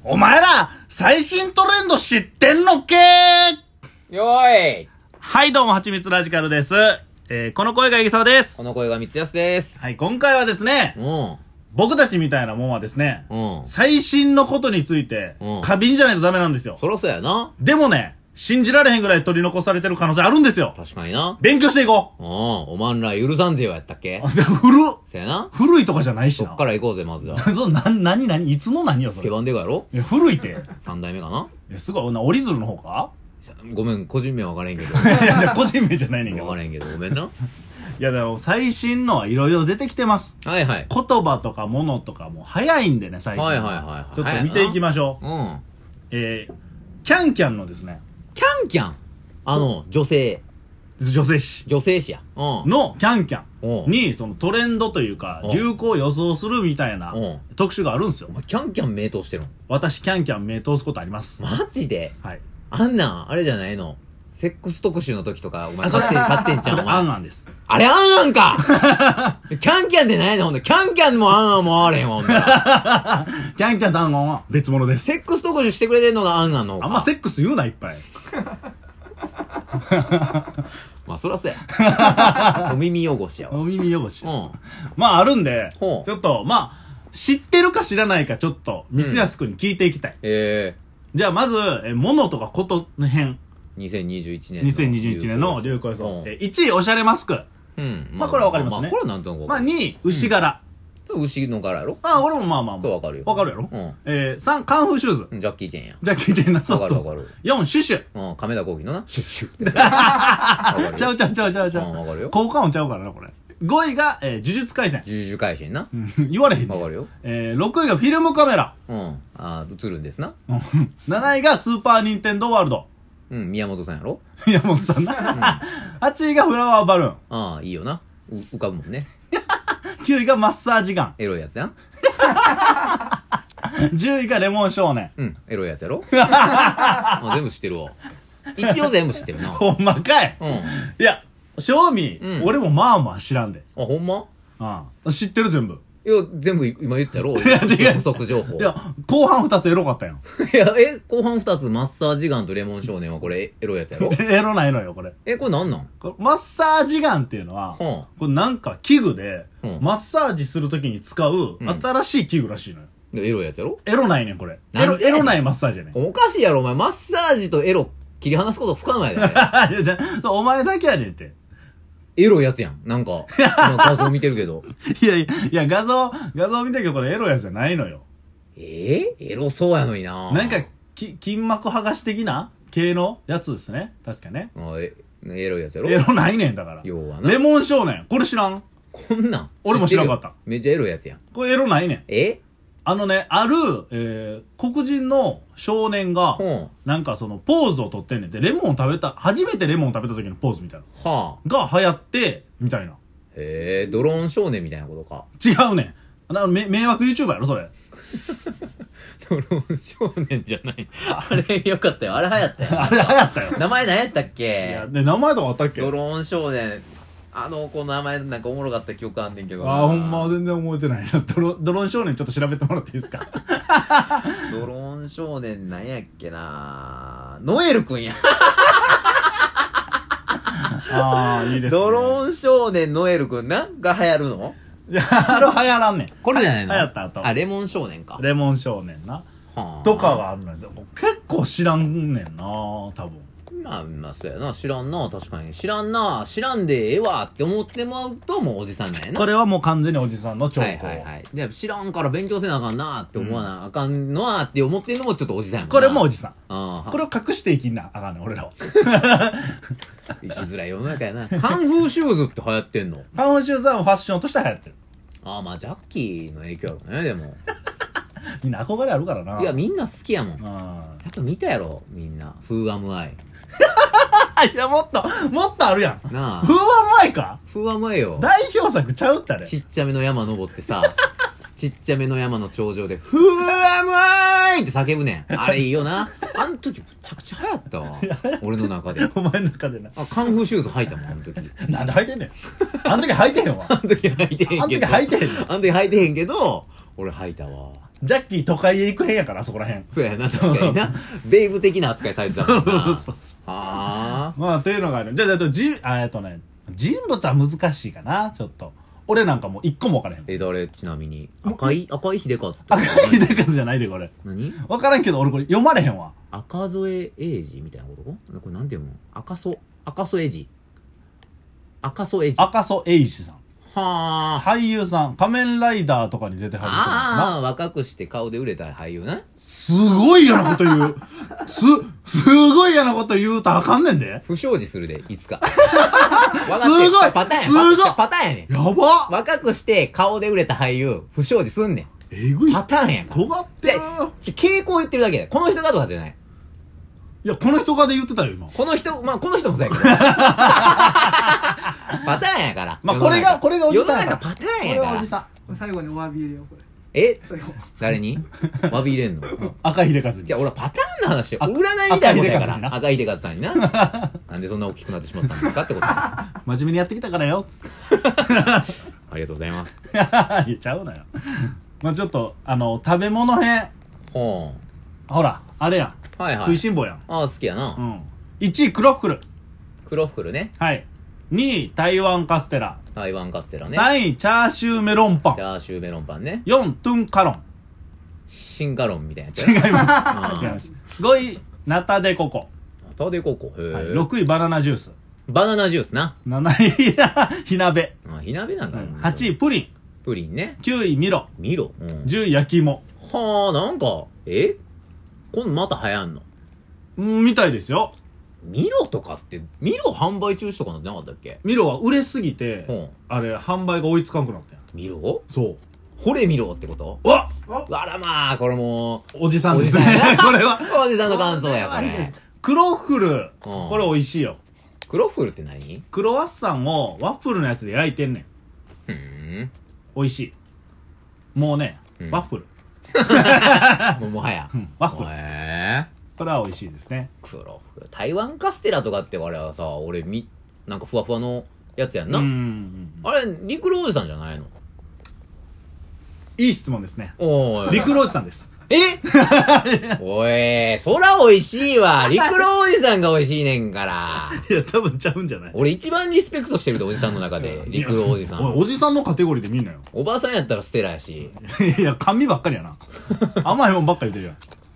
お前ら、最新トレンド知ってんのっけよーい。 はい、どうも、はちみつラジカルです。この声がいぎさわです。 この声が三つやすです。 はい、今回はですね、僕たちみたいなもんはですね、最新のことについて、過敏じゃないとダメなんですよ。 そろそやな。 でもね、信じられへんぐらい取り残されてる可能性あるんですよ。 確かにな。 勉強していこう。 おまんら許さんぜよやったっけ？ 古っ。 そやな。 古いとかじゃないしな。 そっから行こうぜ、まずは。 何いつの何よ、それ。 スケバンデガやろ？ いや、古いって。 三代目かな？ すごい、折り鶴の方か？ ごめん、個人名わからへんけど。 いや、じゃあ個人名じゃないねんけど。 わからへんけど、ごめんな。 いや、でも最新のはいろいろ出てきてます。 はいはい。 言葉とか物とかも早いんでね、最近。 はいはいはい。 ちょっと見ていきましょう。キャンキャンのですね。 キャンキャン女性誌や。 のキャンキャンに、そのトレンドというか、流行を予想するみたいな特集があるんですよ。 キャンキャン名通してるの？ 私、キャンキャン名通すことあります。 マジで？ はい。 あれじゃないの？セックス特集の時とか、お前買ってんちゃうの？ それ、アンアンです。 あれ、アンアンかキャンキャンでないの？ほんと、キャンキャンもアンアンもあれへんわ、ほんと。 キャンキャンとアンアンは別物です。 セックス特集してくれてんのがアンアンの方か。 あんまセックス言うな、いっぱい。 まあ、そらそうや。お耳汚しやわ。 お耳汚し。まあ、あるんで、ちょっと、まあ、知ってるか知らないか、ちょっと、三安くんに聞いていきたい。じゃあ、まず、物とかことの辺。 2021 年の流行予想。1位、おしゃれマスク。まあ、これはわかりますね。 これはなんとなくまあ、2位、牛柄。 牛の柄やろ？ 俺もまあ。 そうわかるよ。 わかるやろ？3、カンフーシューズ。 ジャッキーチェンや。 ジャッキーチェンな、そう。 わかる。 4、シュシュ。 亀田光輝のな。シュッシュ。 ちゃう。 わかるよ。 効果音ちゃうからな、これ。5位が、呪術廻戦。 呪術廻戦な。 言われへん。 わかるよ。 6位がフィルムカメラ。 映るんですな。 7位がスーパーニンテンドーワールド。 宮本さんやろ？ 宮本さんな。8位がフラワーバルーン。 いいよな。浮かぶもんね。 9位がマッサージガン。 エロいやつやん。 10位がレモン少年。 エロいやつやろ？全部知ってるわ。一応全部知ってるな。 ほんまかい。いや、正味、俺もまあ知らんで。 ほんま？ 知ってる全部。 いや、全部今言ったやろ？ いや、違う。 補足情報。 いや、後半2つエロかったやん。 いや、後半2つマッサージガンとレモン少年はこれエロいやつやろ？ エロないのよ、これ。 これなんなん？ マッサージガンっていうのは、これなんか器具で、マッサージするときに使う新しい器具らしいのよ。 エロいやつやろ？ エロないねん、これ。エロないマッサージやねん。 おかしいやろ、お前。マッサージとエロ切り離すこと不可能やで。 いや、じゃあ、お前だけやねんって。 エロいやつやん。なんか、今画像見てるけど。 いや、画像見てるけど、これエロいやつじゃないのよ。 エロそうやのにな。 なんか、筋膜剥がし的な系のやつですね。確かね。 エロいやつやろ？ エロないねんだから。 要はな。 レモン少年。これ知らん？ こんなん俺も知らんかった。 めっちゃエロいやつやん。 これエロないねん。ある、黒人の少年が、なんかその、ポーズを取ってんねんて、初めてレモンを食べた時のポーズみたいな。が流行って、みたいな。 ドローン少年みたいなことか。 違うねん。迷惑 YouTuber やろ、それ。 ドローン少年じゃない。あれよかったよ。あれ流行ったよ。 あれ流行ったよ。 名前何やったっけ？ いや、で、名前とかあったっけ？ ドローン少年。この名前なんかおもろかった記憶あんねんけどな。 ほんま全然覚えてないな。ドローン少年ちょっと調べてもらっていいですか？ ドローン少年なんやっけな。ノエルくんや。 いいですね。 ドローン少年ノエルくんが流行るの？ いや、流行らんねん。 これじゃないの？ 流行った後。 レモン少年か。 レモン少年な。とかがあるのよ。結構知らんねんな、多分。 まあ、そうやな。知らんな。確かに。知らんでええわって思ってもらうと、もうおじさんなんやな。 これはもう完全におじさんの兆候。 で、知らんから勉強せなあかんなって思わなあかんのはって思ってんのもちょっとおじさんやもんな。 これもおじさん。 これを隠していきんなあかんねん、俺らは。 生きづらい世の中やな。カンフーシューズって流行ってんの？ カンフーシューズはファッションとして流行ってる。 まあ、ジャッキーの影響やろね、でも。 みんな憧れあるからな。 いや、みんな好きやもん。やっぱ見たやろ、みんな。フーアムアイ。 いや、もっとあるやん。 なあ。 フーアムアイか？ フーアムアイよ。 代表作ちゃうってあれ。 ちっちゃめの山登ってさ、ちっちゃめの山の頂上で、フーアムアイって叫ぶねん。あれいいよな。あん時めちゃくちゃ流行ったわ。俺の中で。 お前の中でな。 カンフーシューズ履いたもん、あの時。 なんで履いてんねん。あの時履いてへんわ。 あの時履いてへんけど。 あの時履いてへんの。 あの時履いてへんけど、 俺吐いたわ。 ジャッキー都会へ行く辺やから、あそこら辺。 そうやな、確かにな。ベイブ的な扱いされてたもんな。 そうそう。 はまあ、っていうのがある。じゃあ、人物は難しいかな、ちょっと。俺なんかもう一個も分からへん。 誰ちなみに。赤井秀和って。 赤井秀和じゃないで、これ。 何分からんけど、俺これ読まれへんわ。 赤添英二みたいなことこれなんていうの赤楚英二。赤楚英二。 赤楚衛二さん。 はあ。 俳優さん、仮面ライダーとかに出てはる人ああ、若くして顔で売れた俳優な。 すごい嫌なこと言う。すごい嫌なこと言うとあかんねんで。 不祥事するで、いつか。 すごいパターンや。 すごいパターンやねん。 やば若くして顔で売れた俳優、不祥事すんねん。 えぐい。 パターンやん。 尖ってる。 傾向言ってるだけで。この人がとかじゃない。 いや、この人がで言ってたよ、今。 この人もそうやけど。パターンやから。 まあ、これがおじさんやから。 世の中パターンやから。 これがおじさん。 最後にお詫び入れよう、これ。 誰に詫び入れんの赤井秀和に。 じゃあ俺パターンの話よ。占いみたいなことやから。赤井秀和さんにな。なんでそんな大きくなってしまったんですかってこと。 真面目にやってきたからよ。 ありがとうございます。 いや、ちゃうなよ。まあちょっと、食べ物編。 ほほら、あれやん。 はいはい。 食いしん坊やん。 ああ、好きやな。 うん。1位、クロッフル。 クロッフルね。 はい。2位、台湾カステラ。 台湾カステラね。 3位、チャーシューメロンパン。 チャーシューメロンパンね。 4、トゥンカロン。 シンカロンみたいなやつ。 違います。違います。5位、ナタデココ。 ナタデココ。へえ。 6位、バナナジュース。 バナナジュースな。 7位、火鍋。 火鍋なんか。 8位、プリン。 プリンね。 9位、ミロ。 ミロ。 10位、焼き芋。 はあ、なんか、今度また流行んのみたいですよ。 ミロとかって、ミロ販売中止とかなってなかったっけ？ ミロは売れすぎて、あれ、販売が追いつかんくなったやん。 ミロ？ そう。 ほれミロってこと？ わあらまあ、これもう、 おじさんですね。これは。 おじさんの感想や、これ。 クロッフル。これ美味しいよ。 クロッフルって何？ クロワッサンをワッフルのやつで焼いてんねん。美味しい。もうね、ワッフル。 もはや。 ワッフル。これは美味しいですね。 クロッフル。台湾カステラとかってあれはさ、俺なんかふわふわのやつやんな。あれ、陸路おじさんじゃないの？ いい質問ですね。 おーい。 陸路おじさんです。 おい、そら美味しいわ。陸路おじさんが美味しいねんから。 いや、多分ちゃうんじゃない？ 俺一番リスペクトしてるで、おじさんの中で。陸路おじさん。 おじさんのカテゴリーで見んなよ。 おばあさんやったらステラやし。 いや、甘味ばっかりやな。甘いもんばっかり言ってるやん。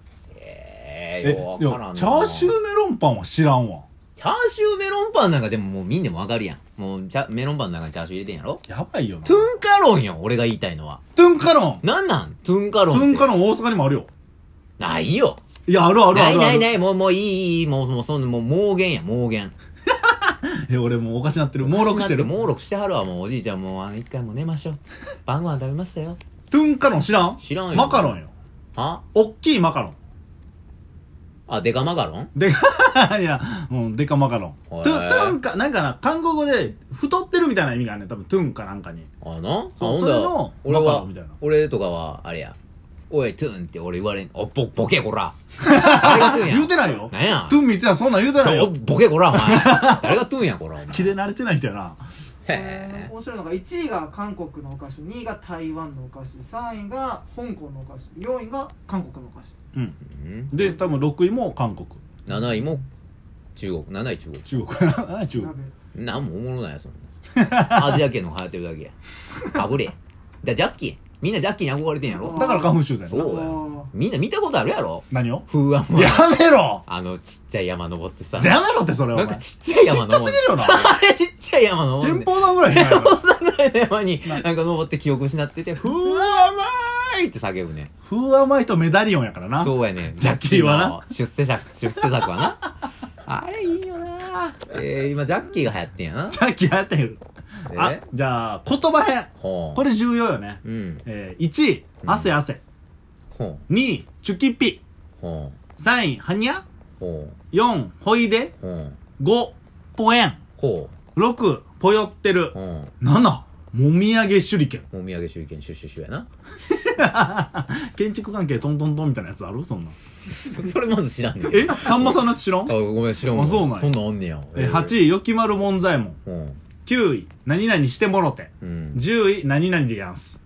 ようわからんな。 チャーシューメロンパンは知らんわ。 チャーシューメロンパンなんかでももうみんなもわかるやん。もうメロンパンの中にチャーシュー入れてんやろ？ やばいよな。 トゥンカロンよ、俺が言いたいのは。 トゥンカロンなんトゥンカロンって。 トゥンカロン大阪にもあるよ。 ないよ。 いや、あるあるある。 ない、もういい、もうそんな、もう盲言や、盲言。 俺もうおかしなってる。猛録してる。 猛録してはるわ、もうおじいちゃんもう一回もう寝ましょう。晩ご飯食べましたよ。 トゥンカロン知らん？ 知らんよ。 マカロンよ。 は？ おっきいマカロン。 あ、デカマカロン？ いや、デカマカロン。トゥンカ、なんかな、韓国語で太ってるみたいな意味があるね。多分トゥンかなんかに。 あな？ それのマカロンみたいな。 俺とかは、あれや。おい、トゥンって俺言われん。ボケこら。誰がトゥンや。 言うてないよ。 なんや。 トゥンみつやそんなん言うてないよ。 ボケこら、お前。誰がトゥンやこら、お前。 キレ慣れてない人やな。 面白いのが1位が韓国のお菓子、2位が台湾のお菓子、3位が香港のお菓子、4位が韓国のお菓子。 で、多分6位も韓国。 7位も中国。7位中国。 中国。7位中国。 なんもおもろないや、そんな。アジア系の流行ってるだけや。かぶれ。ジャッキー。みんなジャッキーに憧れてんやろ？ だから花粉症だよ。 そうや。みんな見たことあるやろ？ 何を？ 風案も。 やめろ！ ちっちゃい山登ってさ。 やめろってそれは。 なんかちっちゃい山登って。 ちっちゃすぎるよな。 あれちっちゃい山登って。 天保山ぐらいじゃないの？ 天保山ぐらいの山になんか登って記憶失ってて、ふわまーいって叫ぶね。 ふわまいとメダリオンやからな。 そうやね。 ジャッキーはな。 出世作はな。あれいいよな。今ジャッキーが流行ってんやな。 ジャッキー流行ってる。じゃあ、言葉編。これ重要よね。1位、汗。2位、チュキピ。3位、はにゃ。4、ほいで。5、ぽえん。6、ぽよってる。7、もみあげ手裏剣。 もみあげ手裏剣シュッシュシュやな。 建築関係トントントンみたいなやつあるそんな。 それまず知らんねん。 さんまさんのやつ知らん？ ごめん、知らんわ。 そうなんそんなんあんねや。 8位、よきまる門左衛門。9位、何々してもろて。10位、何々でやんす。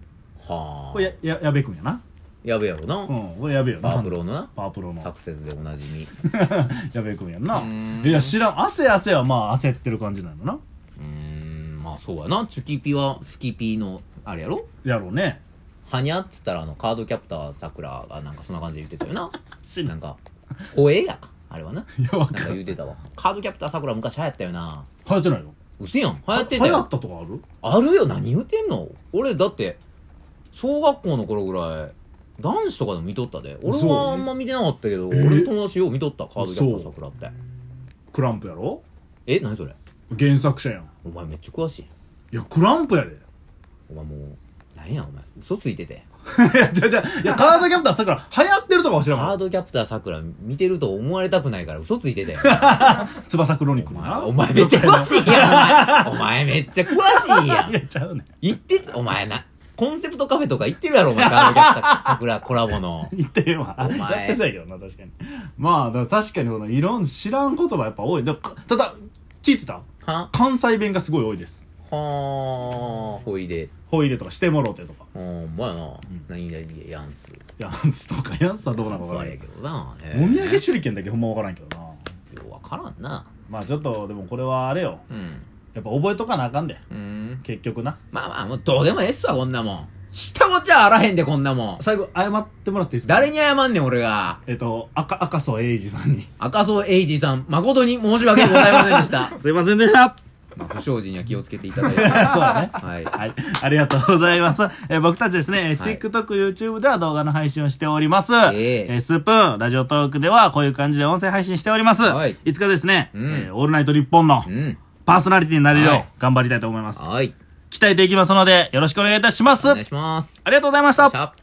はあ。 これやべくんやな。 やべえやろな。 これやべえよな。 パワープロのな。 パワープロの。 サクセスでおなじみ。 やべえくんやんな。いや、知らん。汗はまあ焦ってる感じなのな。 まあそうやな。チュキピはスキピの、あれやろやろうね。 はにゃっつったらカードキャプターさくらがなんかそんな感じで言ってたよな。 知らんなんか、声やか。あれはな。 いや、わなんかかる。 言うてたわ。カードキャプターさくら昔流行ったよな。 流行ってないよ。 うせやん。流行って流たよ。 行ったとかある？ あるよ。何言うてんの？俺だって小学校の頃ぐらい男子とかでも見とったで。俺はあんま見てなかったけど、俺の友達よう見とった。カードキャプターさくらって。 クランプやろ？ 何それ？ 原作者やん。 お前めっちゃ詳しい。 いや、クランプやで。 お前もう何やお前嘘ついてて。 いや、いや、カードキャプターさくら流行ってるとかは知らんわ。 カードキャプターさくら見てると思われたくないから嘘ついてて。 翼クロニクルな。 お前めっちゃ詳しいやん。お前めっちゃ詳しいやん。 いや、ちゃうねん。 言ってお前なコンセプトカフェとか行ってるやろお前。カードキャプターさくらコラボの。 言ってるわ。 お前やってそうやけどな、確かに。まあ、だから確かにその、知らん言葉やっぱ多い。ただ、聞いてた？ は関西弁がすごい多いです。 はーほいで。 ほいでとかしてもろてとか。 ほんまやな。何々ヤンス。 ヤンスとか、ヤンスはどうなのかそうやわからんけけどな。 ど。お土産手裏剣だけほんまわからんけどな。 ようわからんな。 まあちょっと、でもこれはあれよ。 うんやっぱ覚えとかなあかんで。結局な。 まあまあもうどうでもええっすわこんなもん。下もじゃあらへんでこんなもん。 最後、謝ってもらっていいですか？ 誰に謝んねん俺が。 赤楚衛二さんに。 赤楚衛二さん誠に申し訳ございませんでした。 すいませんでしたまあ不祥事には気をつけていただいて。 そうだね。 はいはい。ありがとうございます。僕たちですね、 はい TikTok、YouTube では動画の配信をしております。 ええスープン、ラジオトークではこういう感じで音声配信しております。 はいいつかですね、 うんオールナイトニッポンのうんパーソナリティになれるようはい頑張りたいと思います。 はい鍛えていきますので、よろしくお願いいたします。 お願いします。 ありがとうございましたシ。ャープ